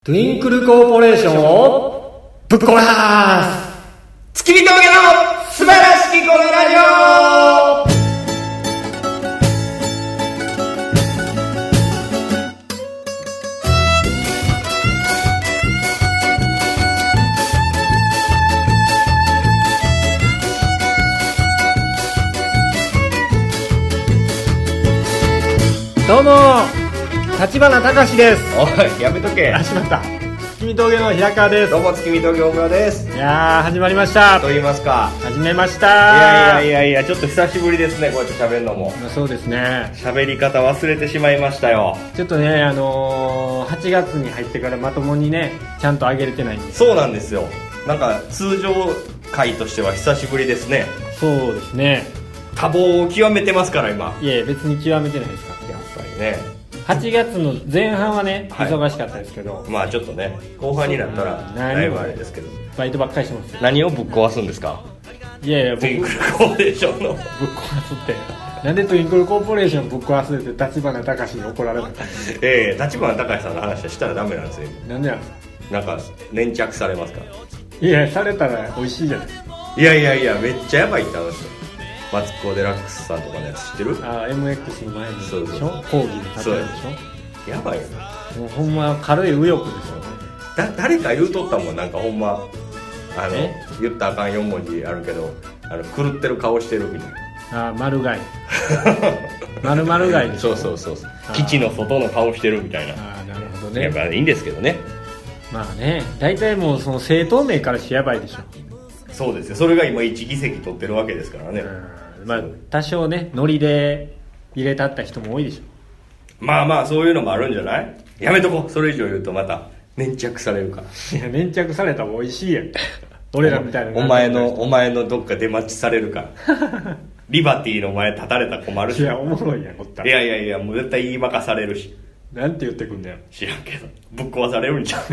トゥインクルコーポレーションをぶっ壊す月見峠の素晴らしきこのラジどうも立花隆です。 オ。おい、やめとけ。 しまった。月見峠の平川です。 どうも月見峠大村です。 いやー始まりました。 と言いますか、 始めました。 いやちょっと久しぶりですね、こうやって喋るのも。 そうですね。 喋り方忘れてしまいましたよ。 ちょっとね8月に入ってからまともにねちゃんと上げれてないんです。 そうなんですよ。なんか通常回としては久しぶりですね。 そうですね。 多忙を極めてますから今。 いや別に極めてないですか。 やっぱりね、 8月の前半はね、 はい忙しかったですけど、 まあちょっとね、後半になったらだいぶあれですけど。 バイトばっかりしてますよ。 何をぶっ壊すんですか？ いやいや、 トゥインクルコーポレーションのぶっ壊すってなんでトゥインクルコーポレーションぶっ壊すって立花隆に怒られなかった。 立花隆さんの話はしたらダメなんですよ。 なんでなんですか？ なんか粘着されますから。 いやされたら美味しいじゃないですか。 いやめっちゃやばいって話。マツコ・デラックスさんとかのやつ知ってる？ MX の前にでしょ。 そう講義で立てるでしやばいよね。 ょ。もうほんま軽い右翼ですよね。 誰か言うとったもん、なんかほんまえ言ったらあかん4文字あるけど、狂ってる顔してるみたいな。 丸貝丸貝でしょ。 そう基地の外の顔してるみたいな。 なるほどね。 やっぱいいんですけどね。 まあね、大体もうその政党名からしてやばいでしょ。 そうですよ。それが今1議席取ってるわけですからね。 まあ多少ねノリで入れたった人も多いでしょ。 まあそういうのもあるんじゃない？やめとこう。それ以上言うとまた粘着されるから。 いや粘着されたら美味しいやん。俺らみたいな。 お前のどっか出待ちされるからリバティの前立たれたら困るし。 いやおもろいやんこったら。 いやもう絶対言いまかされるし。 なんて言ってくんだよ。 知らんけどぶっ壊されるんちゃう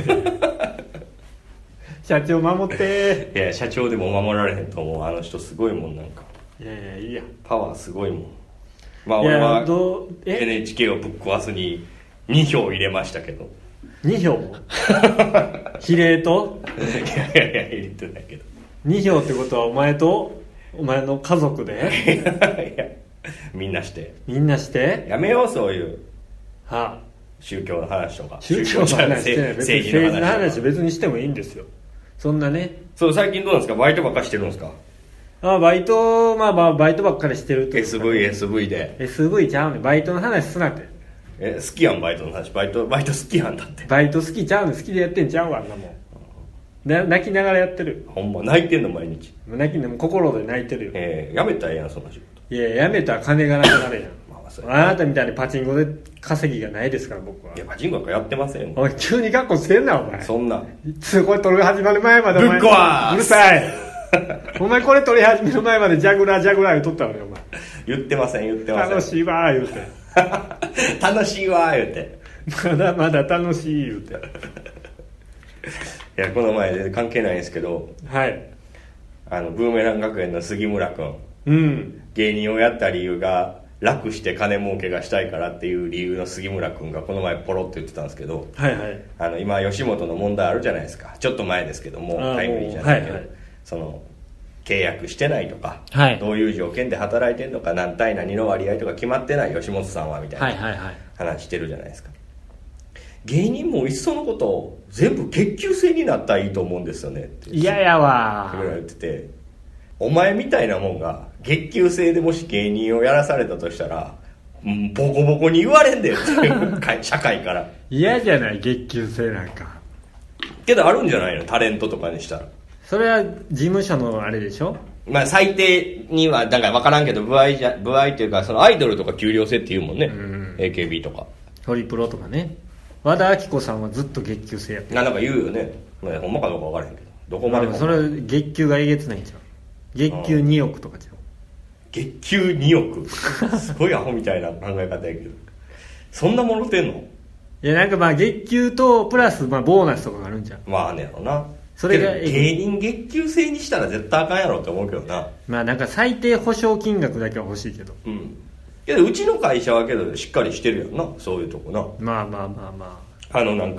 社長守っていや社長でも守られへんと思う。あの人すごいもん。なんかいやいいやん。 パワーすごいもん。まあ俺は NHK をぶっ壊すに2票入れましたけど。 2票も比例といや入れてないけど。 2票ってことはお前とお前の家族でいやみんなしてやめよう、そういう宗教の話とか。 宗教の話してない。別に政治の話別にしてもいいんですよ。そんなね。 そう、最近どうなんですか？バイトばっかりしてるんですか？ バイトバイトばっかりしてると。 SV で SV ちゃうねん。バイトの話すなって。 好きやん、バイトの話。バイト好きやんだって。 バイト好きちゃうねん。好きでやってんちゃうわ、あんなもん。泣きながらやってる。 ほんま泣いてんの毎日。 泣きんの心で泣いてるよ。 やめたらええやん、その仕事。 いややめたら金がなくなるやんそうあなたみたいにパチンコで稼ぎがないですから僕は。 いやパチンコなんかやってませんよ。 おい急にカッコつけんなお前。 そんなこれ撮り始まる前までお前ぶっ壊すうるさいお前これ撮り始める前までジャグラー言うとったわねお前。 言ってません楽しいわ言うて楽しいわ言うてまだ楽しい言うていやこの前で関係ないんですけど、 はいブーメラン学園の杉村君、芸人をやった理由が楽して金儲けがしたいからっていう理由の杉村君がこの前ポロって言ってたんですけど、今吉本の問題あるじゃないですか。ちょっと前ですけどもタイムリーじゃないけど、その契約してないとか、どういう条件で働いてんのか、何対何の割合とか決まってない吉本さんはみたいな話してるじゃないですか。芸人もいっそのこと全部月給制になったらいいと思うんですよねって嫌やわ言ってて、お前みたいなもんが月給制でもし芸人をやらされたとしたら、ボコボコに言われんだよっていう社会から嫌じゃない月給制なんか。 けどあるんじゃないの、タレントとかにしたら。 それは事務所のあれでしょ。 最低にはだから分からんけど、歩合っていうか、そのアイドルとか給料制っていうもんね、AKB とかホリプロとかね。和田アキ子さんはずっと月給制やってなんか言うよね。ほんまかどうか分からへんけど、どこまでそれ月給がえげつないんちゃう。月給2億とかちゃう。 月給2億すごいアホみたいな考え方やけどそんなものてんの。 いやなんか月給とプラスボーナスとかがあるんじゃん。 まあねやろな。 それが芸人月給制にしたら絶対あかんやろって思うけどな。 なんか最低保証金額だけは欲しいけど。 けどうちの会社はけどしっかりしてるやんな、そういうとこな。 なんか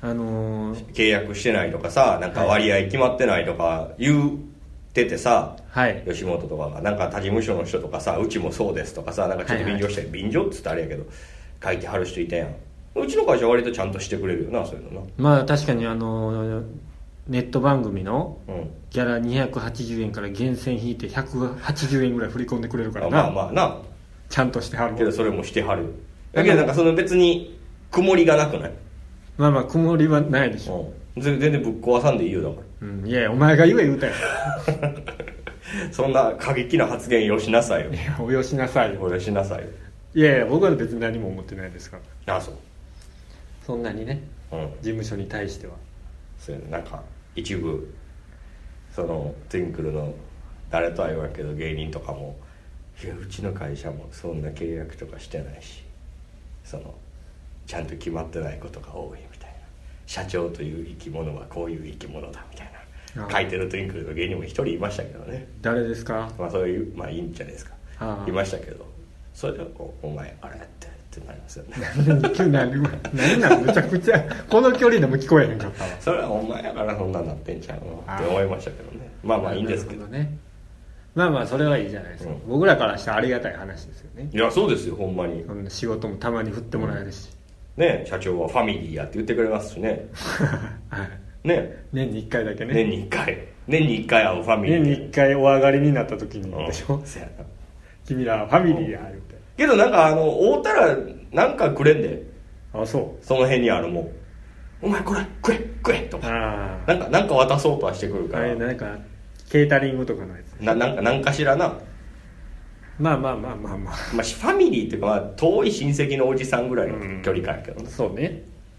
契約してないとかさ、なんか割合決まってないとか言っててさ、はい、吉本とかがなんか他事務所の人とかさ、うちもそうですとかさ、なんかちょっと便乗して、はいはい、便乗っつったらあれやけど書いてはる人いたやん。うちの会社は割とちゃんとしてくれるよな、そういうのな。 まあ確かにネット番組のギャラ280円から源泉引いて180円ぐらい振り込んでくれるからな。 まあまあな、 ちゃんとしてはるけどそれもしてはる。だけどなんかその別に曇りがなくない？ まあまあ曇りはないでしょ。 全然ぶっ壊さんでいいよだから。いやお前が言うたよ。 そんな過激な発言よしなさいよ。 いやおよしなさいよ。 およしなさいよ。 いやいや僕は別に何も思ってないですから。 ああそう。 そんなにね、事務所に対しては。 そうなんか一部そのトゥインクルの誰とは言わんけど芸人とかも、いやうちの会社もそんな契約とかしてないし、そのちゃんと決まってないことが多いみたいな、社長という生き物はこういう生き物だみたいな書いてるトゥインクルの芸人も一人いましたけどね。 誰ですか？ まあそういう、まあいいんじゃないですか。いましたけど、それでお前あれってなりますよね。 何なのむちゃくちゃこの距離でも聞こえへんかったわ。 それはお前やからそんなんなってんちゃうのって思いましたけどね。まあまあいいんですけどね。まあまあそれはいいじゃないですか、僕らからしたらありがたい話ですよね。 いやそうですよほんまに。 仕事もたまに振ってもらえるし、 ね、社長はファミリーやって言ってくれますしね。はい、ね、 年に1回だけね。 年に1回会うファミリー。 年に1回お上がりになった時にでしょ、君らはファミリーや言うて。 けどなんか会うたらなんかくれんで。 あ、そう。 その辺にあるもん、お前これ食えとかなんか渡そうとはしてくるから。 なんかケータリングとかのやつなんかしらな。 まあファミリーっていうか、まあ、遠い親戚のおじさんぐらいの距離感やけど、 そうね。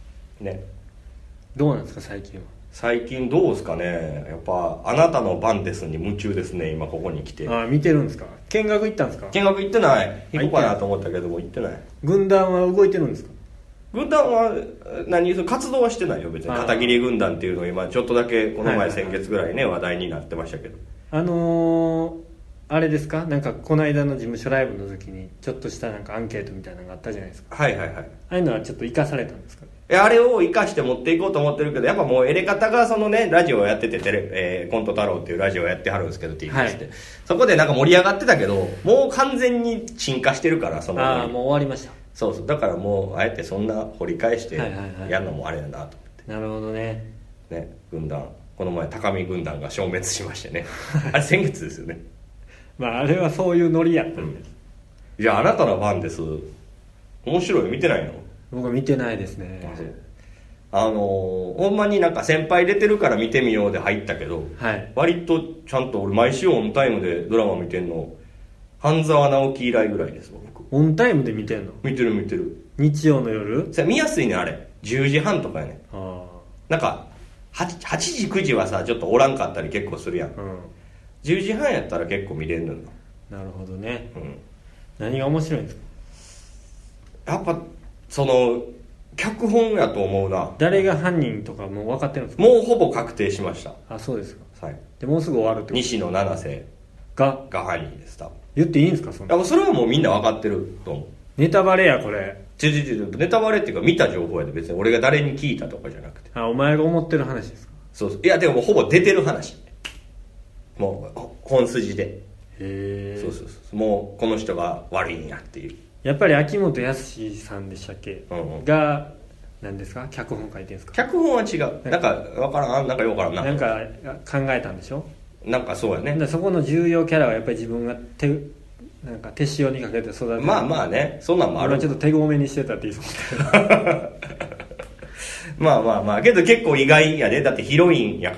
どうなんですか最近どうですかね。やっぱあなたの番ですに夢中ですね今ここに来て。 見てるんですか？見学行ったんですか？ 見学行ってない。行こうかなと思ったけども行ってない。 軍団は動いてるんですか？ 軍団は活動はしてないよ別に。片桐軍団っていうのを今ちょっとだけこの前先月ぐらいね話題になってましたけど、 あれですか、なんかこの間の事務所ライブの時にちょっとしたなんかアンケートみたいなのがあったじゃないですか。 はい。ああいうのはちょっと生かされたんですか？ あれを生かして持っていこうと思ってるけど、やっぱもうエレカタがそのねラジオをやっててコント太郎っていうラジオをやってはるんですけど TBS で、そこでなんか盛り上がってたけど、もう完全に沈下してるから、そのもう終わりました。 そうだからもうあえてそんな掘り返してやるのもあれだなと思って、 なるほどね。 軍団、この前高見軍団が消滅しましてねあれ先月ですよね。 あれはそういうノリやったんです、 じゃああなたの番です面白い見てないの？ 僕は見てないですね。 ほんまになんか先輩出てるから見てみようで入ったけど、割とちゃんと俺毎週オンタイムでドラマ見てんの半沢直樹以来ぐらいです僕。 オンタイムで見てんの？見てる。 日曜の夜？ 見やすいねあれ。10時半とかやね。なんか 8時9時はさちょっとおらんかったり結構するやん、10時半やったら結構見れるのよ。 なるほどね、何が面白いんですか？ やっぱその脚本やと思うな。 誰が犯人とかもう分かってるんですか？ もうほぼ確定しました。 あ、そうですか。 でもうすぐ終わるってこと？ 西野七瀬が犯人です。多分言っていいんですか？それはもうみんな分かってると思う。 ネタバレやこれ。 ネタバレっていうか見た情報やで、別に俺が誰に聞いたとかじゃなくて。 お前が思ってる話ですか？ そう。いやでももうほぼ出てる話、もう本筋で。そうもうこの人が悪いんやっていう。 やっぱり秋元康さんでしたっけ、が何ですか、脚本書いてるんですか？ 脚本は違う。なんか分からん、なんかよくわからんな。 なんか考えたんでしょ？ なんかそうやね。 そこの重要キャラはやっぱり自分がなんか手塩にかけて育てる。 まあね、そんなんもある。 ちょっと手ごめにしてたって言いそうまあけど結構意外やで。だってヒロインやから。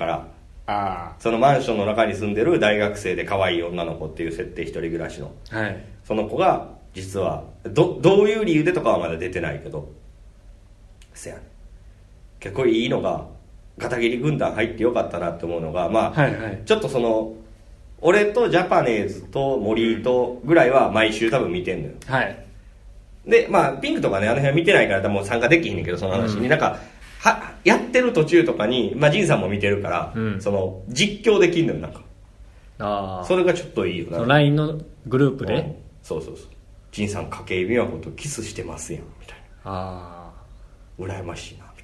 そのマンションの中に住んでる大学生で可愛い女の子っていう設定、一人暮らしの、その子が実はどういう理由でとかはまだ出てないけど、せやね、結構いいのが片桐軍団入ってよかったなって思うのが、ちょっとその俺とジャパネーズと森とぐらいは毎週多分見てんのよ。でピンクとかね、あの辺は見てないからもう参加できひんねんけど、その話に、なんかやってる途中とかにジンさんも見てるから、その実況できんのよ。なんかそれがちょっといいよな。 LINE のグループで、 そうジンさん筧美和子とキスしてますやんみたいな、羨ましいなみたいな。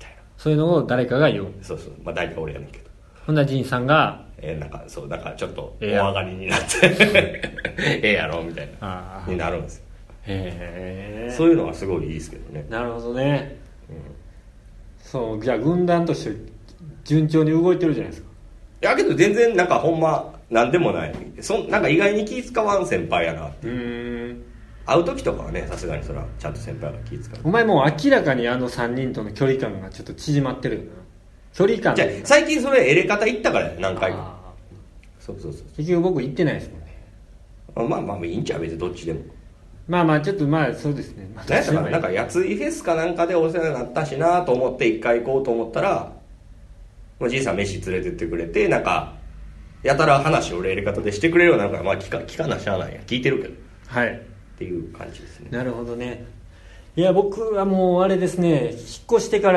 そういうのを誰かが言う。 そうそう、まあ大体俺やねんけど。 ほんなら仁さんがなんかそう、だからちょっと大上がりになってええやろみたいなになるんですよ。へえ。そういうのはすごいいいですけどね。 なるほどね、うん、そう、じゃあ軍団として順調に動いてるじゃないですか。 いやけど全然なんかほんまなんでもない。なんか意外に気使わん先輩やなって。会う時とかはね、さすがにそれはちゃんと先輩が気使う。 お前もう明らかにあの3人との距離感がちょっと縮まってるよな。距離感。 じゃあ最近それエレ方行ったからや、何回か。そうそうそう。 結局僕行ってないですもんね。 まあまあいいんちゃう、別にどっちでも。 まあまあちょっとまあそうですね。 何やったかな、なんかやついフェスかなんかでお世話になったしなと思って一回行こうと思ったら、おじいさん飯連れてってくれて、なんかやたら話を俺やり方でしてくれるようなのが、まあ聞かなしゃあないや、聞いてるけど。 はい。 っていう感じですね。 なるほどね。いや僕はもうあれですね、引っ越してから、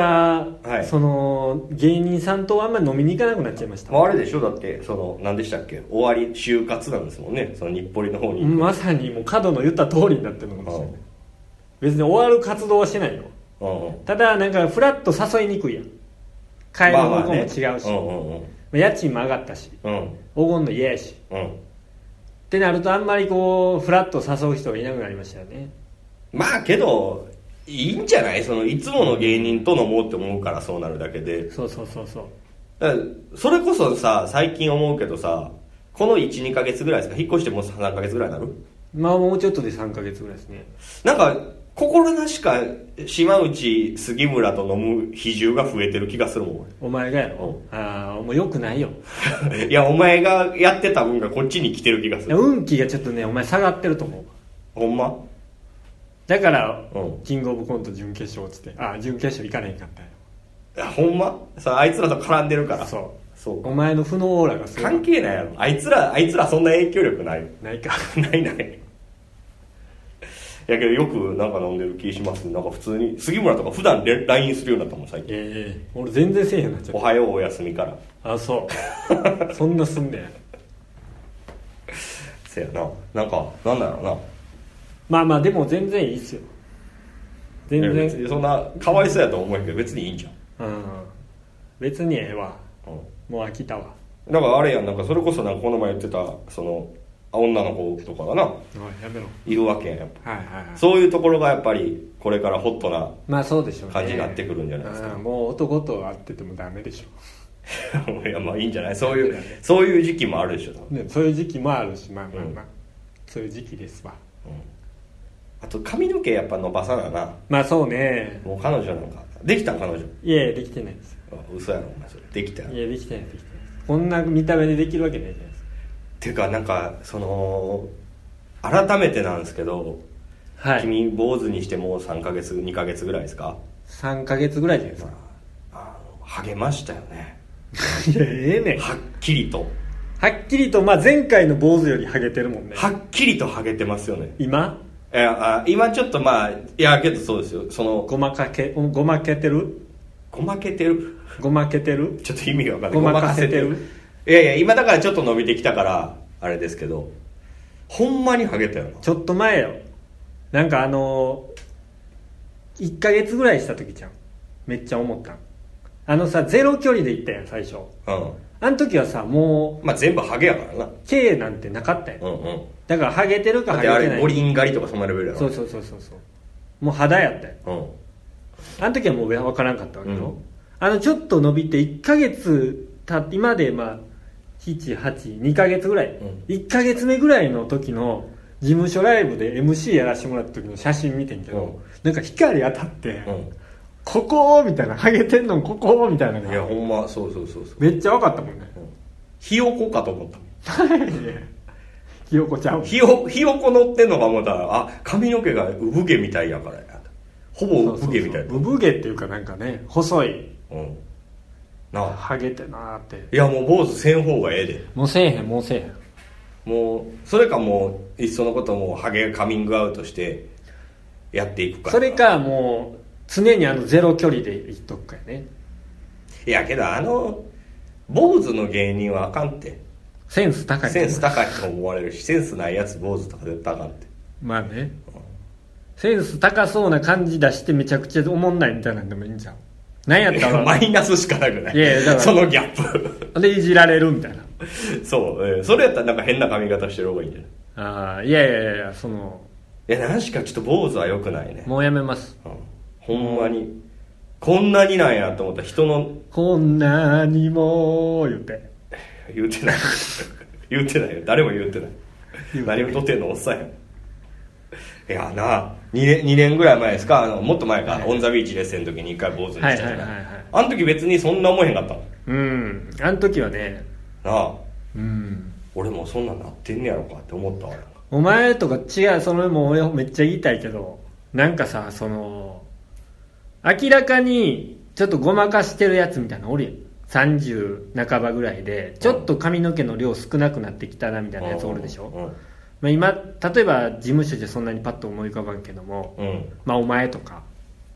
はい、その芸人さんとあんまり飲みに行かなくなっちゃいました。 まあ、あれでしょ、だってその何でしたっけ、終わり就活なんですもんね、その日暮里の方に。 まさにもう角の言った通りになってるのかもしれない。別に終わる活動はしてないよ。ただなんかフラッと誘いにくいやん。帰る方向も違うし、家賃も上がったし、おごんの嫌やし、ってなるとあんまりこうフラッと誘う人がいなくなりましたよね。 まあけどいいんじゃない、そのいつもの芸人と飲もうって思うからそうなるだけで。 そうそうそうそう。 だからそれこそさ、最近思うけどさ、この 1,2 ヶ月ぐらいですか、引っ越してもう3ヶ月ぐらいになる。 まあもうちょっとで3ヶ月ぐらいですね。 なんか心なしか島内杉村と飲む比重が増えてる気がするもん。 お前がやろ。ああ、もうよくないよ。 いやお前がやってた分がこっちに来てる気がする。 運気がちょっとね、お前下がってると思う。 ほんま。 だから、キングオブコント準決勝っつって、準決勝行かれへんかったよ。 いやほんま、あいつらと絡んでるから。 そうお前の負のオーラがすごい。 関係ないやろ、あいつらそんな影響力ないかない。やけどよくなんか飲んでる気しますね。なんか普通に杉村とか普段 LINE するようになったもん最近。 俺全然せえへんなっちゃった。 おはようおやすみから。 そうそんなすんねん。 せやな、なんかなんだろうな。まあまあでも全然いいっすよ。全然そんなかわいそうやと思うけど別にいいんじゃん。 別にええわ、もう飽きたわ。 だからあれやん、なんかそれこそなんかこの前言ってたその女の子とかがな、 やめろ、 いるわけやん、やっぱ、そういうところがやっぱりこれからホットな感じになってくるんじゃないですか。 もう男と会っててもダメでしょいやまあいいんじゃない、そういう時期もあるでしょ、 ね、そういう時期もあるし、まあ、そういう時期ですわ。 あと髪の毛やっぱ伸ばさなな。 まあそうね。 もう彼女なんかできたん、彼女。 いやできてないですよ。 嘘やろお前それ。できたやろ。 いやできてない。こんな見た目でできるわけないじゃないですか。 ていうかなんかその改めてなんですけど、はい、君坊主にしてもう3ヶ月2ヶ月ぐらいですか。 3ヶ月ぐらいじゃないですか。 励ましたよね。 いやええねん。 はっきりと、 まあ、前回の坊主よりハゲてるもんね。 はっきりとハゲてますよね今。 今ちょっとまあいやけどそうですよ、そのごまけてるちょっと意味が分かんない。 ごまかせてる。 いや今だからちょっと伸びてきたからあれですけど、ほんまにハゲたよな。 ちょっと前よ、なんか1ヶ月ぐらいした時ちゃん、めっちゃ思ったん。さゼロ距離で行ったやん最初。あの時はさ、もうまあ全部ハゲやからな。 毛なんてなかったやん。だからハゲてるかハゲてないか。 あれゴリン狩りとかそんなレベルやろ。 そうもう肌やったよ。あの時はもう分からんかったわけよ。ちょっと伸びて1ヶ月経って今でまあ7、8、2ヶ月ぐらい、1ヶ月目ぐらいの時の事務所ライブで MC やらせてもらった時の写真見てんけど、なんか光当たって、ここみたいな、ハゲてんのここみたいな。 いやほんまそうめっちゃ分かったもんね。 ひよこかと思った。 ひよこちゃう。 ひよこ乗ってんのか思ったら、髪の毛が産毛みたいやからや。ほぼ産毛みたいな。 産毛っていうかなんかね、細い。ハゲてなーって。 いやもう坊主せん方がええで。 もうせえへん。もうそれかもういっそのこともハゲカミングアウトしてやっていくか。 それかもう常にゼロ距離でいっとくかやね。 いやけど坊主の芸人はあかんって。 センス高いと思われるし、センスないやつ坊主とか絶対あかんって。 まあね、センス高そうな感じ出してめちゃくちゃおもんないみたいなんでもいいんじゃん。 何やったらマイナスしかなくない？ いやだからそのギャップでいじられるみたいな。 そう、それやったらなんか変な髪型してる方がいいんじゃない？ ああ、いやその何しかちょっと坊主は良くないね。 もうやめます、 ほんまにこんなになんやと思ったら人のこんなにも言ってない言ってないよ、誰も言ってない何をとってんのおっさんや。いやな、2年ぐらい前ですか、もっと前か、はい、オンザビーチレッスンの時に1回坊主にしたじゃない。あの時別にそんな思えへんかった。 あの時はね、 なあ、俺もそんなんなってんねやろかって思ったわ。 お前とか違う、それも俺めっちゃ言いたいけど、なんかさ、その明らかにちょっとごまかしてるやつみたいなのおるやん。30半ばぐらいでちょっと髪の毛の量少なくなってきたなみたいなやつおるでしょ。まあ、今例えば事務所じゃそんなにパッと思い浮かばんけども、まあお前とか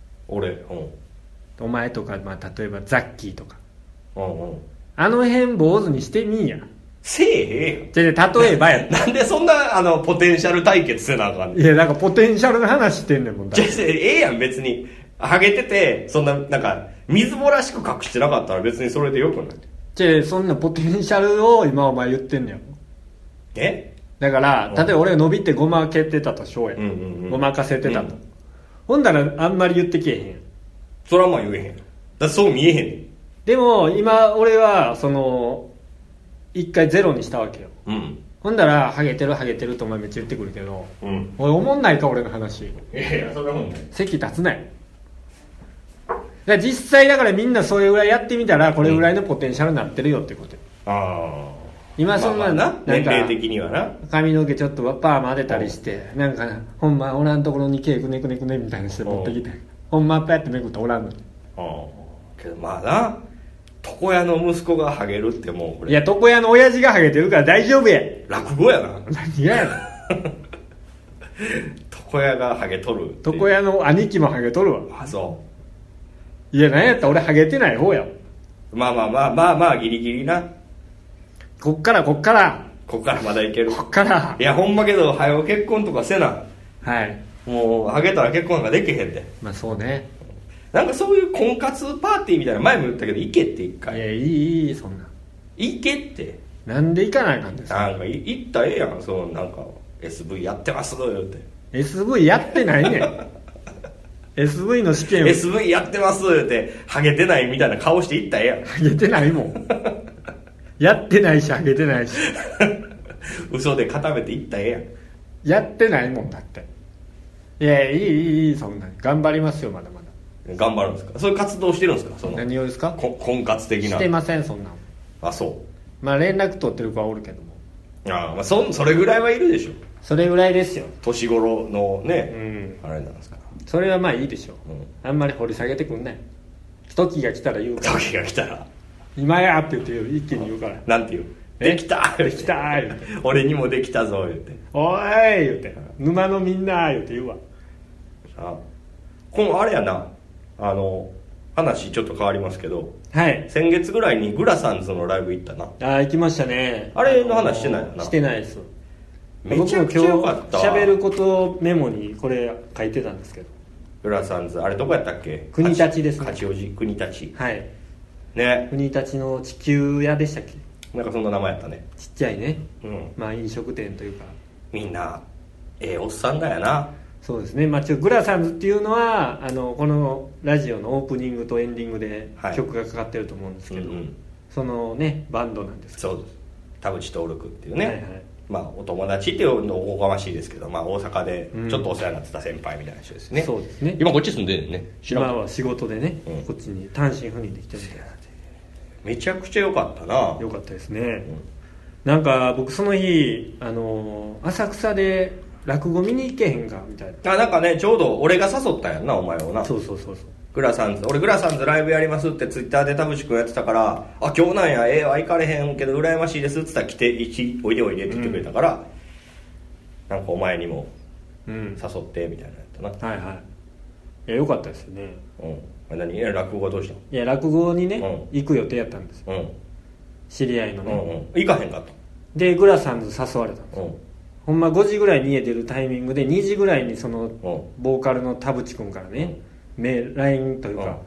お前とか、まあ、例えばザッキーとか、あの辺坊主にしてみんや。 せえへん例えばやなんでそんなポテンシャル対決せなあかんねん。 いやなんかポテンシャルの話してんねんもん。 やん別にハゲててそんななんか水ぼらしく隠してなかったら別にそれでよくない？ そんなポテンシャルを今お前言ってんねん。だから例えば俺が伸びてごまけてたとしようや、ごまかせてたと、ほんだらあんまり言ってけえへん。 それはまあ言えへん。だそう見えへんねん。 でも今俺はその一回ゼロにしたわけよ、ほんだらハゲてるとお前めっちゃ言ってくるけど、俺思んないか俺の話。いやそんなもんない。 席立つない。だ実際だからみんなそれぐらいやってみたらこれぐらいのポテンシャルになってるよってこと、今そんな、 年齢的にはな髪の毛ちょっとパーマ当てたりして、なんかほんまおらんところに毛くねくねくねみたいにして持ってきて、ほんまパッてめくっておらんのに。 けどまあな、床屋の息子がハゲるってもうこれ、 いや床屋の親父がハゲてるから大丈夫や。 落語やな。 何がやな床屋がハゲとる。 床屋の兄貴もハゲとるわ。 あ、そう。 いや何やったら俺ハゲてない方や。 まあギリギリな。 こっからまだいける。 こっからいやほんまけど早う結婚とかせな。 はい。 もうハゲたら結婚なんかできへんで。 まあそうね。 なんかそういう婚活パーティーみたいな前も言ったけど行けって一回。 いやいいそんな。 行けって。 なんで行かないかんですか。 なんか行ったらええやん。そのなんか SV やってますよって。 SV やってないねん。SV の試験を SV やってますってハゲてないみたいな顔して行ったらええやん。 ハゲてないもん。やってないしハゲてないし嘘で固めて行ったらええやん。 やってないもんだって。いやいいそんなに頑張りますよ。まだまだ頑張るんですか。そういう活動してるんですか。その何をですか。 婚活的な。 してませんそんな。 あ、そう。 まあ連絡取ってる子はおるけども。 ああ、まあそれぐらいはいるでしょ。 それぐらいですよ。 年頃のね、あれなんですか。 それはまあいいでしょ、あんまり掘り下げてくんない。時が来たら言うから。 時が来たら今やって言って一気に言うから。 なんて言う。できたできた言うて俺にもできたぞ言うて、 おい言うて沼のみんな言うて言うわ。 このあれやな、話ちょっと変わりますけど、 はい、 先月ぐらいにグラサンズのライブ行ったな。 行きましたね。 あれの話してないよな。 してないです。 めちゃくちゃ良かったわ。 喋ることメモにこれ書いてたんですけど。 グラサンズあれどこやったっけ。 国立ですね。 八王子国立。 はいね。 国立の地球屋でしたっけ。 なんかそんな名前やったね。 ちっちゃいね、まあ飲食店というか。 みんなおっさんだよな。 そうですね、まあ、グラサンズっていうのはこのラジオのオープニングとエンディングで曲がかかってると思うんですけど、そのねバンドなんですけど。 そうです。田淵徹君っていうね、まあ、お友達っていうのおこがましいですけど、まあ、大阪でちょっとお世話になってた先輩みたいな人ですね、 そうですね。 今こっち住んでるね。 今は仕事でね、こっちに単身赴任で来てるんで。 めちゃくちゃ良かったな。 良かったですね、なんか僕その日浅草で落語見に行けへんかみたいな。 なんかね、ちょうど俺が誘ったんやんな、お前をな。 そうグラサンズ、俺グラサンズライブやりますってツイッターで田淵君やってたから、あ、今日なんや、行かれへんけど羨ましいですっつったら来て、おいでおいでって言ってくれたから、なんかお前にも誘ってみたいなやったな。 いや良かったですよね。 何、落語はどうしたの。 いや落語にね、行く予定やったんですよ、知り合いのね、 行かへんかと。 でグラサンズ誘われたんですよ、ほんま5時ぐらいに家出るタイミングで2時ぐらいにそのボーカルの田淵君からね、LINE というか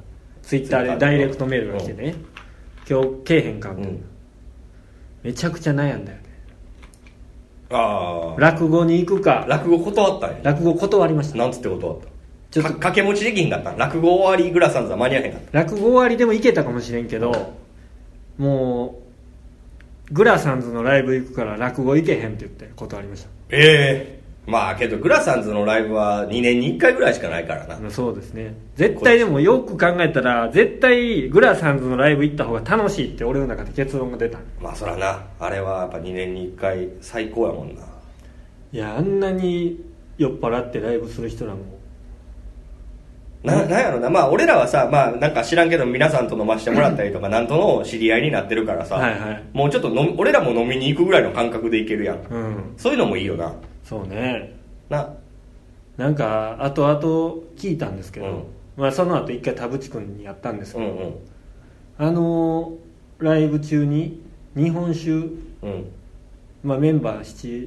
ツイッターでダイレクトメールが来てね、今日けえへんかみたいな、めちゃくちゃ悩んだよね。落語に行くか。 落語断ったんや。 落語断りました。 なんつって断った？ちょっと掛け持ちできひんかった。落語終わりグラサンズは間に合えへんかった。 落語終わりでも行けたかもしれんけど、もうグラサンズのライブ行くから落語行けへんって言って断りました。 まあけどグラサンズのライブは2年に1回ぐらいしかないからな。 そうですね。絶対でもよく考えたら絶対グラサンズのライブ行った方が楽しいって俺の中で結論が出た。 まあそらな、あれはやっぱ2年に1回最高やもんな。 いや、あんなに酔っ払ってライブする人らもなんやろな、まあ俺らはさ、まあなんか知らんけど皆さんと飲ましてもらったりとかなんとの知り合いになってるからさ、はい、はい、もうちょっと俺らも飲みに行くぐらいの感覚で行けるやん、そういうのもいいよな。 そうね。なんか後々聞いたんですけど、まあ、その後一回田淵君にやったんですけど、ライブ中に日本酒、まあ、メンバー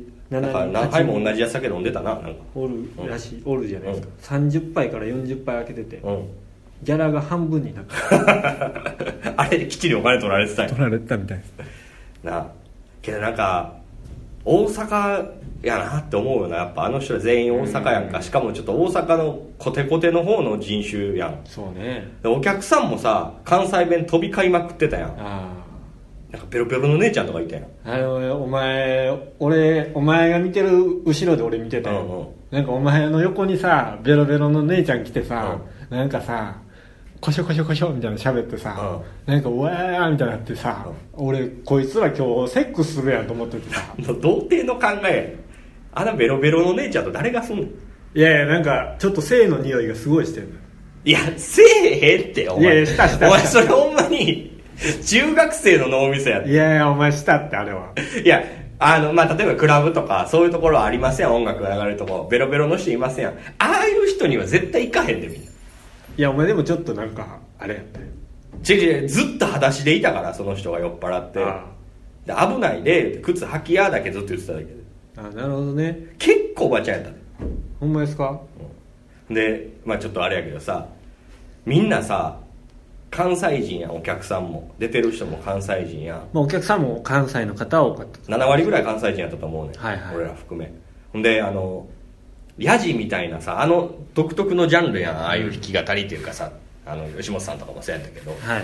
7、7人何杯も同じやつだけ飲んでたな、なんかおるらしい、おるじゃないですか、30杯から40杯開けてて、ギャラが半分になってあれできっちりお金取られてたんや。 取られてたみたいですな。けどなんか大阪やなって思うよな。やっぱあの人は全員大阪やんか、しかもちょっと大阪のコテコテの方の人種やん。 そうね。 でお客さんもさ関西弁飛び交いまくってたやん。なんかペロペロの姉ちゃんとかいたやん。 お前が見てる後ろで俺見てたよ、なんかお前の横にさベロベロの姉ちゃん来てさ、なんかさコショコショコショみたいな喋ってさ、なんかうわーみたいになってさ、俺こいつら今日セックスするやんと思っててさ童貞の考えや。あのベロベロの姉ちゃんと誰がすんの？いやいや、なんかちょっと性の匂いがすごいしてるの。 いやせえへんってお前。いやしたお前それほんまに中学生の脳みそやって。 いやいやお前したってあれは。 いやまあ例えばクラブとかそういうところはありません、音楽が流れるとこベロベロの人いませんやん。ああいう人には絶対行かへんでみんな。 いやお前でもちょっとなんかあれやったよ。 違うずっと裸足でいたから、その人が酔っ払ってで危ないで靴履きやだけずっと言ってただけで。 なるほどね。 結構おばちゃんやったね。 ほんまですか？ でまあちょっとあれやけどさ、みんなさ関西人やん。お客さんも出てる人も関西人やん、 まあ、お客さんも関西の方多かった。 7割ぐらい関西人やったと思うね、はいはい、俺ら含め。ほんでヤジみたいなさ独特のジャンルやん、ああいう弾き語りっていうかさ、吉本さんとかもそうやったけど、はい、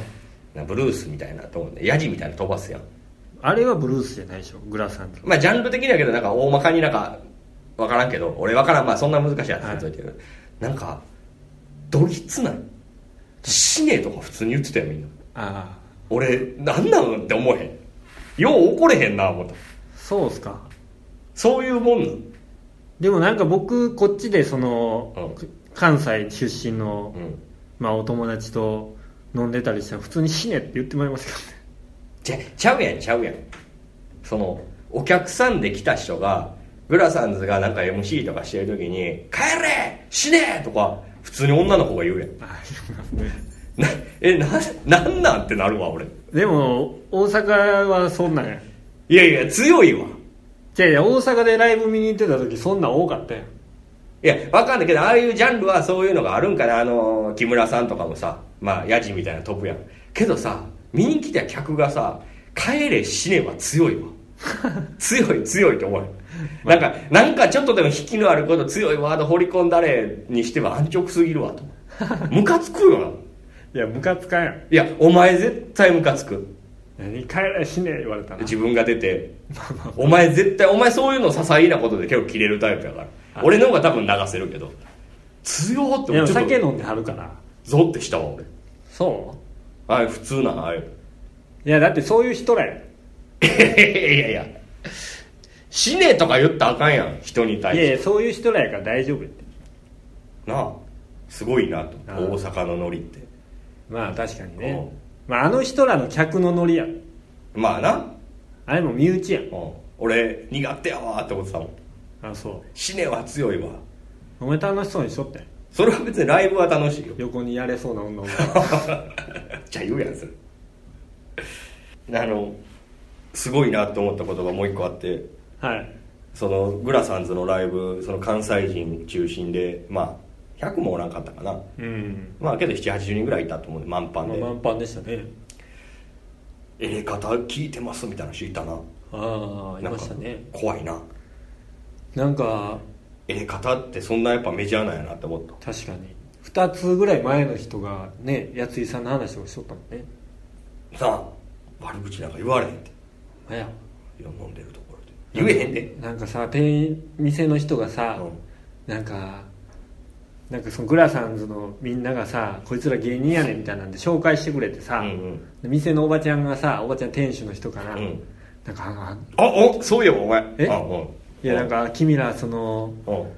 ブルースみたいなとこでヤジみたいな飛ばすやん。あれはブルースじゃないでしょ、グラサン。 まあジャンル的にはけどなんか大まかになんか分からんけど、俺分からん、まあそんな難しいやつやついてる、はい、なんかどぎつない死ねとか普通に言ってたよみんな。俺なんなのって思えへん。よう怒れへんな思った。 そうっすか。 そういうもんなんでもなんか僕こっちでその、関西出身の、まあお友達と飲んでたりしたら普通に死ねって言ってもらいますけどね。 ちゃうやん。そのお客さんで来た人がグラサンズがなんか MC とかしてる時に帰れ死ねとか普通に女の子が言うやん。なんなんってなるわ俺。 でも大阪はそんなんや。 いや強いわ。 いや大阪でライブ見に行ってた時そんなん多かったやん。 いや分かんないけど、ああいうジャンルはそういうのがあるんかな。木村さんとかもさ、まあヤジみたいな飛ぶやん。けどさ見に来た客がさ帰れ死ねは強いわ強いと思う。なんかちょっとでも引きのあること強いワード掘り込んだれにしては安直すぎるわと。ムカつくよな。 いやムカつかんやん。 いやお前絶対ムカつく。 何帰れ死ね言われたな。 自分が出てお前絶対お前そういうの些細なことで結構キレるタイプやから、俺の方が多分流せるけど強って。 でも酒飲んではるからゾッてしたわ俺。 そうあれ普通なあれ。 いやだってそういう人らや。 いや死ねとか言ったらあかんやん人に対して。 いやそういう人らやから大丈夫ってなあ。すごいなと大阪のノリって。 まあ確かにね、まあ、あの人らの客のノリや。 まあな、 あれも身内やん。 俺苦手やわって思ってたもん。 そう。 死ねは強いわ。 お前楽しそうにしとってん。 それは別にライブは楽しいよ。 横にやれそうな女の子じゃあ言うやんそれ。すごいなって思ったことがもう一個あって、はい、そのグラサンズのライブ、その関西人中心でまあ 100もおらんかったかな、まあけど780人ぐらいいたと思うんで満帆で、 満帆でしたね。 エレ方聞いてますみたいな人いたな。 ああ、いましたね。 怖いな。 なんかエレ方ってそんなやっぱメジャーなんやなって思った。 確かに2つぐらい前の人がね、やついさんの話をしとったもんね。 さあ悪口なんか言われへんって。 いや飲んでるところで言えへんで。 なんかさ、店の人がさ、なんかそのグラサンズのみんながさ、こいつら芸人やねんみたいなんで紹介してくれてさ、店のおばちゃんがさ、おばちゃん店主の人かな、なんかそういえばお前いやなんか君らその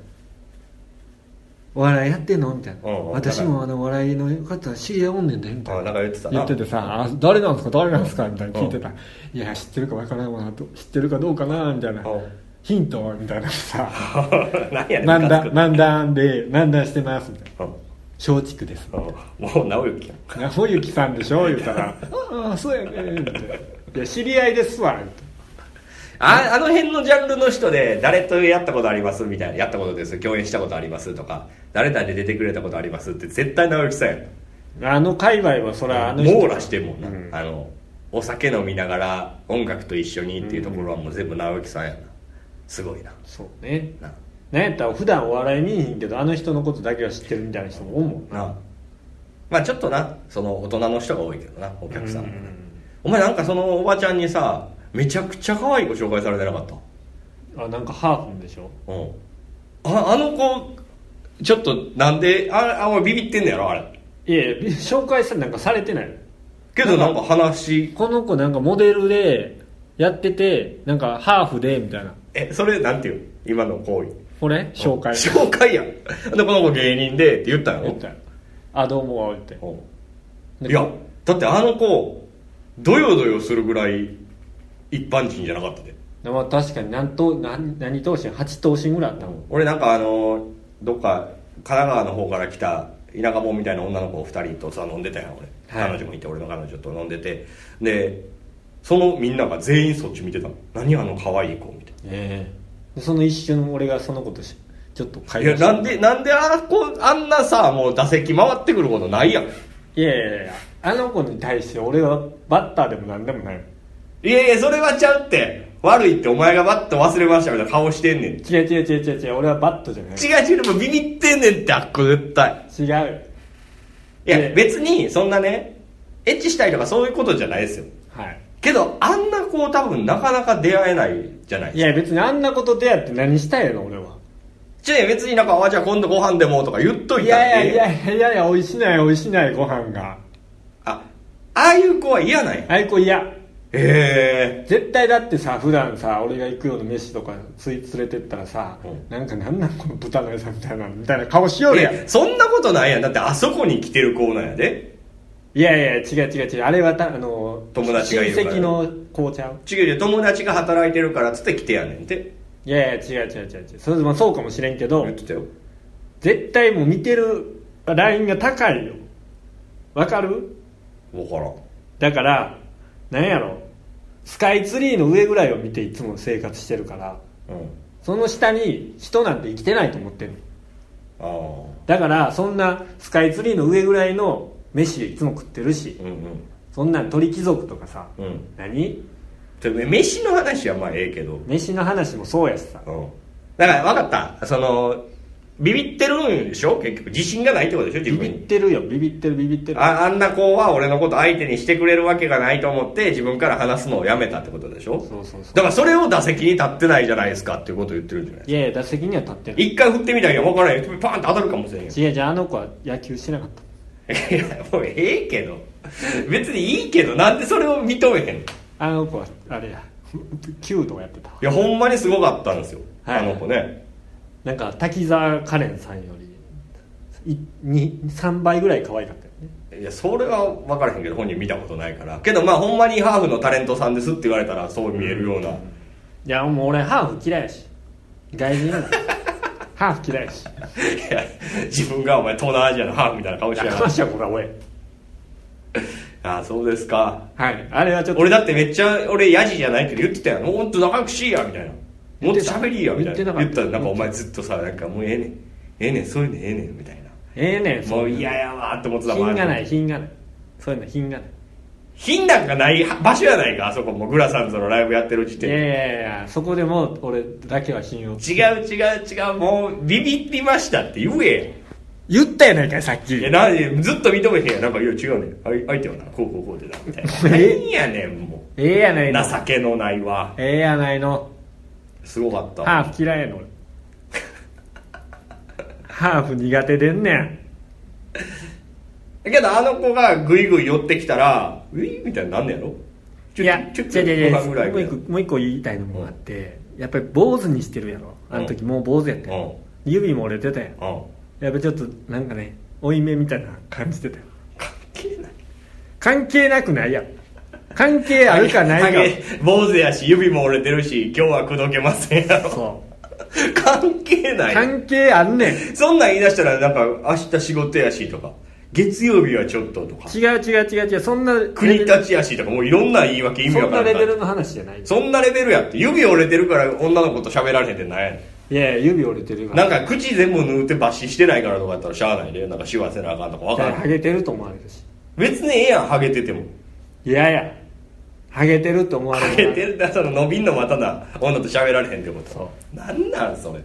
お笑いやってんのみたいな、私もお笑いの方知り合いおんねんでみたいな、 なんか言ってたな。 言っててさ、誰なんですか誰なんですかみたいな聞いてた。いや知ってるか分からんわ、知ってるかどうかなみたいな、ヒントみたいなさ何やねん、 漫談してますみたいな、松竹ですもう直行やん、 直行さんでしょ言うたらああそうやねみたいな、いや知り合いですわみたいな。 あの辺のジャンルの人で誰とやったことありますみたいな、やったことです共演したことありますとか、誰々で出てくれたことありますって絶対直行さんやん。 あの界隈はそらあの人網羅してるもんな、お酒飲みながら音楽と一緒にっていうところはもう全部直行さんやな。すごいな。 そうね。なんやったら普段お笑い見えへんけどあの人のことだけは知ってるみたいな人もおんもんな。 まあちょっとな、その大人の人が多いけどな、お客さんもね。お前なんかそのおばちゃんにさ、めちゃくちゃ可愛い子紹介されてなかった？ なんかハーフでしょ。 あの子ちょっとなんでビビってんのやろあれ。 いや紹介なんかされてないけどなんか話、 この子なんかモデルでやってて、なんかハーフでみたいな。 それなんていう今の行為、 これ紹介やん。でこの子芸人でって言ったよ。 どうもって。 いやだってあの子ドヨドヨするぐらい一般人じゃなかったで。 まあ確かに何頭身8頭身ぐらいあったもん。 俺なんかどっか神奈川の方から来た田舎者みたいな女の子2人とさ飲んでたやん俺、彼女もいて、俺の彼女と飲んでて、でそのみんなが全員そっち見てたの。何あの可愛い子みたいな。その一瞬俺がそのことちょっと会話した。いやなんであんなさ、もう打席回ってくることないやん。 いやあの子に対して俺はバッターでもなんでもない。 いやそれはちゃうって、悪いってお前がバット忘れましたみたいな顔してんねん。 違う俺はバットじゃない。 違うもうビビってんねんって、あっこ絶対違う。 いや別にそんなねエッチしたいとかそういうことじゃないですよ。けどあんな子多分なかなか出会えないじゃないですか。 いや別にあんな子と出会って何したいの俺は。 別になんかじゃあ今度ご飯でもとか言っといたら。 いや美味しないご飯が。 ああいう子は嫌なんや。 ああいう子嫌。絶対だってさ、普段さ俺が行くような飯とか連れてったらさ、なんかなんこの豚の餌みたいな顔しよるやん。 そんなことないやん。だってあそこに来てる子なんやで。 いや違うあれは友達がいるから親戚の子ちゃう。 違う友達が働いてるからっつって来てやねんて。 いや違うそれもそうかもしれんけど、 言ってたよ。 絶対もう見てるラインが高いよ。わかる？ わからん。 だからなんやろ、スカイツリーの上ぐらいを見ていつも生活してるから、その下に人なんて生きてないと思ってる。だからそんなスカイツリーの上ぐらいの飯いつも食ってるし、そんなん鳥貴族とかさ、何飯の話はまあええけど、 飯の話もそうやしさ、 だから分かった、そのビビってるんでしょ、結局自信がないってことでしょ。自分にビビってるよ。ビビってる。 あんな子は俺のこと相手にしてくれるわけがないと思って自分から話すのをやめたってことでしょ。 そうだからそれを打席に立ってないじゃないですかっていうことを言ってるんじゃないですか。 いや打席には立ってる。 一回振ってみたら分からない、パーンと当たるかもしれんよ。 違うあの子は野球してなかった。 いやもうええけど、別にいいけど、なんでそれを認めへんの。 あの子はあれや弓道やってた。 いやほんまにすごかったんですよ、あの子ね。 なんか滝沢カレンさんより3倍ぐらい可愛かったよね。 いやそれは分からへんけど、本人見たことないから。けどまあほんまにハーフのタレントさんですって言われたらそう見えるような。 いやもう俺ハーフ嫌いやし、外人やなハーフ嫌いやし。 いや自分がお前東南アジアのハーフみたいな顔してやがる。 これおいああそうですか。 はいあれはちょっと俺だってめっちゃ俺ヤジじゃないけど言ってたやん。もっと仲良くしいやみたいな、もっと喋りやみたいな言ったら、なんかお前ずっとさ、なんかもうええねんそういうのええねんみたいなええねん、 もう嫌やわって思ってたもん。品がない、品がない。そういうの品がない。 品なんかない場所やないか、あそこもグラサンズのライブやってる時点で。 いやそこでも俺だけは信用。 違う、もうビビってましたって言え。 言ったやないかい、さっき。 いや、ずっと認めへんやん。なんか、いや違うねん。相手はな、こうでな、みたいな。何やねん、もう。 やないの。 情けのないわ。 やないの。 すごかった。 ハーフ嫌いやの俺。ハーフ苦手でんねん。 だけどあの子がグイグイ寄ってきたらウィーみたいになんねやろ。 いやちょっともう一個言いたいのもあって、やっぱり坊主にしてるやろ。あの時もう坊主やったよ。指も折れてたやん。やっぱちょっとなんかね、負い目みたいな感じてたよ。関係なくないやん。関係あるかないか。 坊主やし指も折れてるし今日は口説けませんやろ。そう関係ない。 関係あんねん。 そんなん言い出したらなんか明日仕事やしとか月曜日はちょっととか。 違うそんな国立ちやしとかもういろんな言い訳意味わからない。 そんなレベルの話じゃない。 そんなレベルやって。指折れてるから女の子と喋られへんってなんやねん。 いや指折れてるからなんか口全部縫って抜歯してないからとかやったらしゃあないで、なんかしわせなあかんとか分からん。 ハゲてると思われるし。 別にええやんハゲてても。 いやハゲてると思われる。 ハゲてるだその伸びんのまただ女と喋られへんってこと。そうなんなんそれ。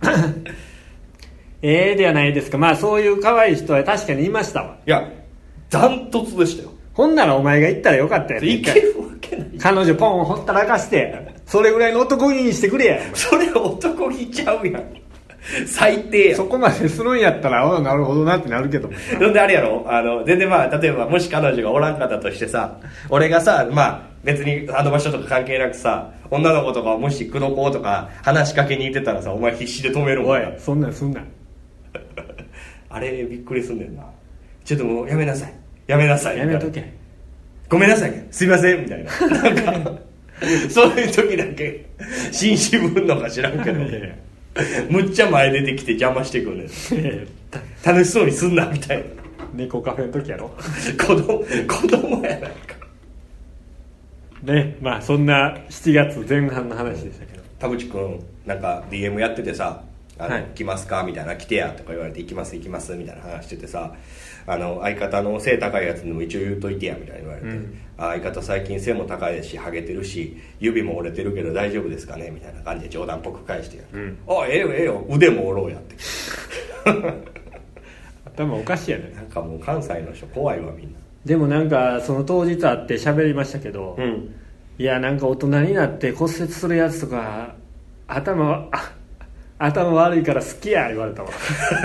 ではないですか。まあそういう可愛い人は確かにいましたわ。 いやダントツでしたよ。 ほんならお前が行ったらよかったやん。 いけるわけない。 彼女ポンほったらかしてそれぐらいの男気にしてくれや。 それ男気ちゃうやん。最低や。 そこまでするんやったらなるほどなってなるけども。 なんであれやろ、全然まあ例えばもし彼女がおらんかったとしてさ、俺がさまあ別にあの場所とか関係なくさ、女の子とかもし口説こうとか話しかけに行ってたらさ、お前必死で止めるもん。 おいそんなんすんな。 あれびっくりすんねんな。ちょっともうやめなさいやめとけ、 ごめんなさいすいませんみたいな。なんかそういう時だけ紳士ぶんのか知らんけどむっちゃ前出てきて邪魔してくるねん。楽しそうにすんなみたいな。 猫カフェの時やろ。 子供やないかね。まあそんな7月前半の話でしたけど、 田淵君なんか DM やっててさ、はい、来ますかみたいな、来てやとか言われて行きますみたいな話しててさ、相方の背高いやつにも一応言うといてやみたいに言われて、相方最近背も高いですしハゲてるし指も折れてるけど大丈夫ですかねみたいな感じで冗談っぽく返してやる、ええよ腕も折ろうやって頭おかしいやね。 なんかもう関西の人怖いわみんな。 でもなんかその当日会って喋りましたけど、いやなんか大人になって骨折するやつとか頭悪いから好きや言われたわ。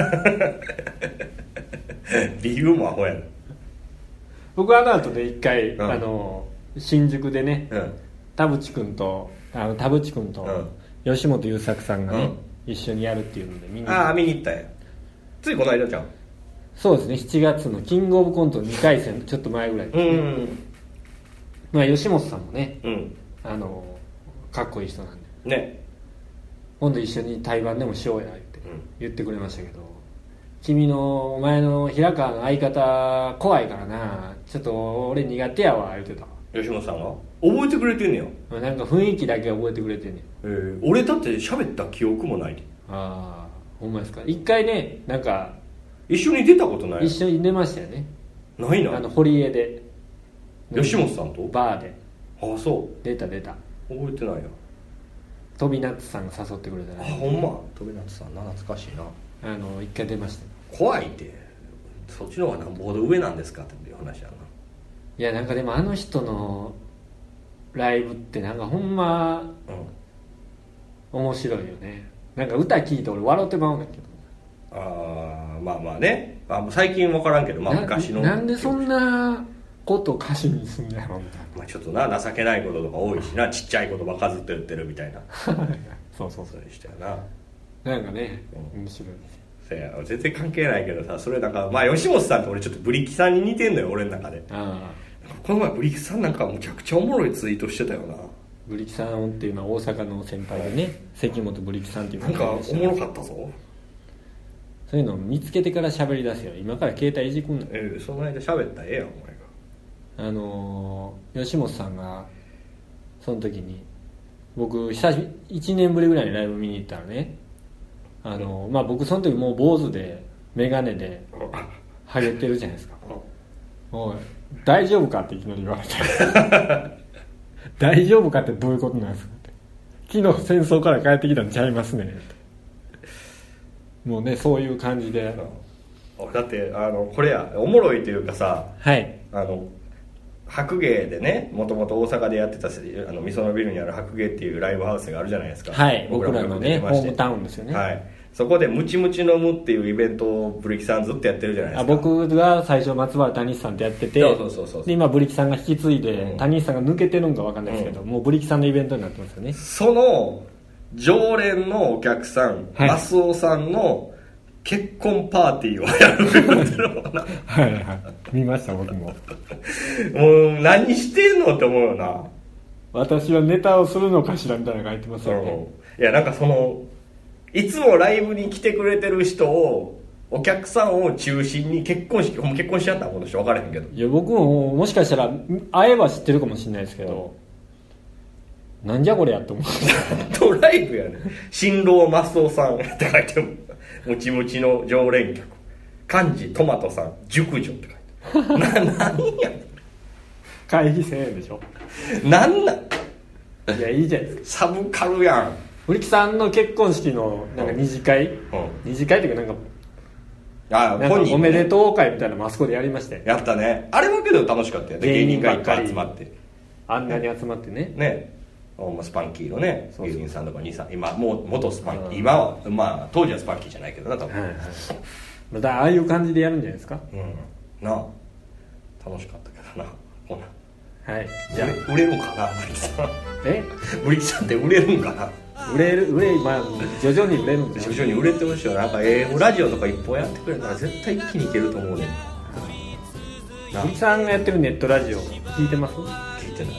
理由もアホやな。 僕あの後で一回、新宿でね、田淵君と吉本優作さんがね、一緒にやるっていうので見に行ったんや。ついこの間じゃん。 そうですね、7月のキングオブコント2回戦のちょっと前ぐらいですね。まあ吉本さんもね、かっこいい人なんでね、今度一緒に対バンでもしようやって言ってくれましたけど、お前の平川の相方怖いからな、ちょっと俺苦手やわ言ってた。 吉本さんが覚えてくれてんねや。なんか雰囲気だけ覚えてくれてんねん。俺だって喋った記憶もないで。 ああほんまですか。一回ね、なんか一緒に出たことない。 一緒に出ましたよね。 ないな。 堀江で吉本さんとバーで。 ああそう出た覚えてないや。 飛びナッツさんが誘ってくれたね。 ほんま飛びナッツさんな、懐かしいな。 一回出ました。 怖いって。そっちの方がなんぼほど上なんですかっていう話やな。 いやなんかでもあの人のライブってなんかほんま、面白いよね。なんか歌聴いて俺笑ってまうんだけど。 まあね、最近分からんけど、まあ昔のなんでそんなこと歌詞にすんのやろみたいな。 まあちょっとな、情けないこととか多いしな、ちっちゃいことばっかずっと言ってるみたいな。 そうでしたよな。なんかね、面白いですよ。全然関係ないけどさ、それなんかまあ吉本さんと俺ちょっとブリキさんに似てんのよ、俺の中で。この前ブリキさんなんかむちゃくちゃおもろいツイートしてたよな。 ブリキさんっていうのは大阪の先輩でね、関本ブリキさんっていうなんかおもろかったぞ。 そういうのを見つけてから喋り出すよ。今から携帯いじくんの。 その間喋ったらええやんお前が。吉本さんがその時に僕1年ぶりぐらいにライブ見に行ったらね、まあ僕その時もう坊主でメガネでハゲてるじゃないですか。おい大丈夫かっていきなり言われて大丈夫かってどういうことなんですかって、昨日戦争から帰ってきたんちゃいますねって、もうねそういう感じで、 だってこれやおもろいというかさ、 はい、 白芸でね、もともと大阪でやってたみそのビルにある白芸っていうライブハウスがあるじゃないですか。 はい、僕らのねホームタウンですよね。 はい、そこでムチムチのむっていうイベントをブリキさんずっとやってるじゃないですか。 僕が最初松原谷さんってやってて、そうで今ブリキさんが引き継いで、谷さんが抜けてるんか分かんないですけど、もうブリキさんのイベントになってますよね。 その常連のお客さん、はい、マスオさんの結婚パーティーをやるっていうのかなはいはい見ました僕ももう何してんのって思うよな。 私はネタをするのかしらみたいなのが書いてますよね。 いやなんかいつもライブに来てくれてる人をお客さんを中心に結婚しちゃったこの人分からへんけど、 いや僕ももしかしたら会えば知ってるかもしれないですけど、なんじゃこれやって思うドライブやね新郎マスオさんって書いてるムチムチの常連客漢字トマトさん熟女って書いてる何や会費1000円でしょなんなんいやいいじゃないですか、サブカルやん。 古木さんの結婚式のなんか二次会、二次会っていうかなんかおめでとう会みたいなのマスコでやりまして、 やったね。あれはけど楽しかったよね。芸人がいっぱい集まってあんなに集まってねスパンキーのね芸人さんとか今もう元スパンキー、今はまあ当時はスパンキーじゃないけどな多分、はいはい、 またああいう感じでやるんじゃないですか。 なあ楽しかったけどな。ほな、 はい、 じゃあ売れるんかなブリキさん。ブリキさんって売れるんかな。 まあ徐々に売れるんですよ。 徐々に売れてほしいよ。なんか英語ラジオとか一本やってくれたら絶対一気にいけると思うねん。 ブリキさんがやってるネットラジオ聞いてます？ 聞いてない。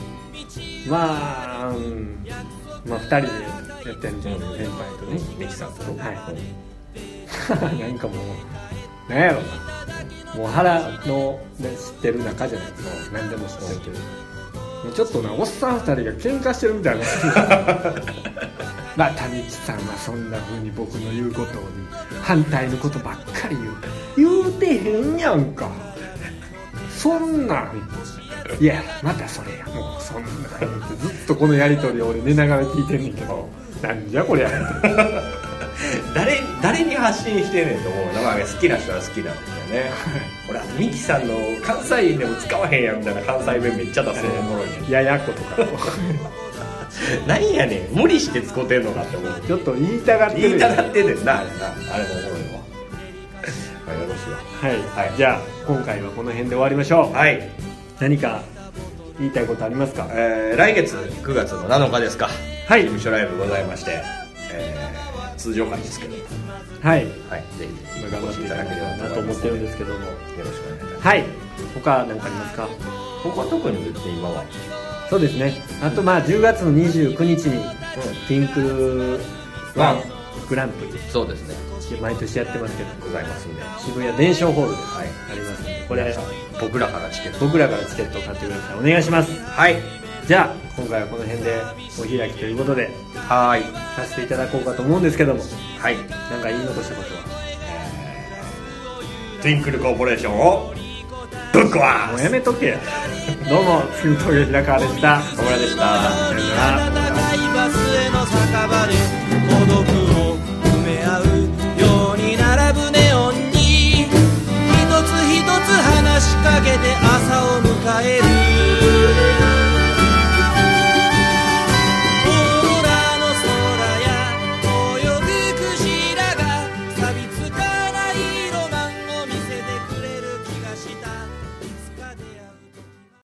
まあ2人でやってるんじゃないですか、先輩とね、 ミキさんと。 はい、なんかもうなんやろな、もう腹の、ね、知ってる仲じゃないですか。何でも知ってるけど、もうちょっとなおっさん2人が喧嘩してるみたいなまあ谷口さんはそんな風に僕の言うことに反対のことばっかり言うてへんやんか、そんなんいやまたそれやもうそんなってずっとこのやり取りを俺寝ながら聞いてんねんけど、なんじゃこりゃ誰に発信してんねんと思う。なんか好きな人は好きなんですよね俺ミキさんの関西弁でも使わへんやんみたいな関西弁めっちゃ出すのおもろいね。 ややことか何やねん無理して使ってんのかって思う。 ちょっと言いたがってるんねんなあれもおもろいわ。よろしいわ。 はい、じゃあ今回はこの辺で終わりましょう。 はい、 何か言いたいことありますか？ 来月9月の7日ですか。 はい、 事務所ライブございまして、通常回ですけど、 はい、 ぜひ頑張っていただければなと思ってるんですけども、よろしくお願いします。 はい、他何かありますか？ 他は特に別に今は。 そうですね。あと10月の29日にピンクワングランプリ、 そうですね、 毎年やってますけどございますんで、 渋谷伝承ホールでありますので、これ僕らからチケットを買ってください。 お願いします。 はい、 じゃあ今回はこの辺でお開きということではいさせていただこうかと思うんですけども、 はい、 なんか言い残したことは、 トゥインクルコーポレーションをぶっ壊す。 もうやめとけやどうも杉峠平川でした。 小村でした。さよなら。 バスへの酒場で孤独を埋め合うように並ぶネオンに一つ一つ話しかけて朝を迎える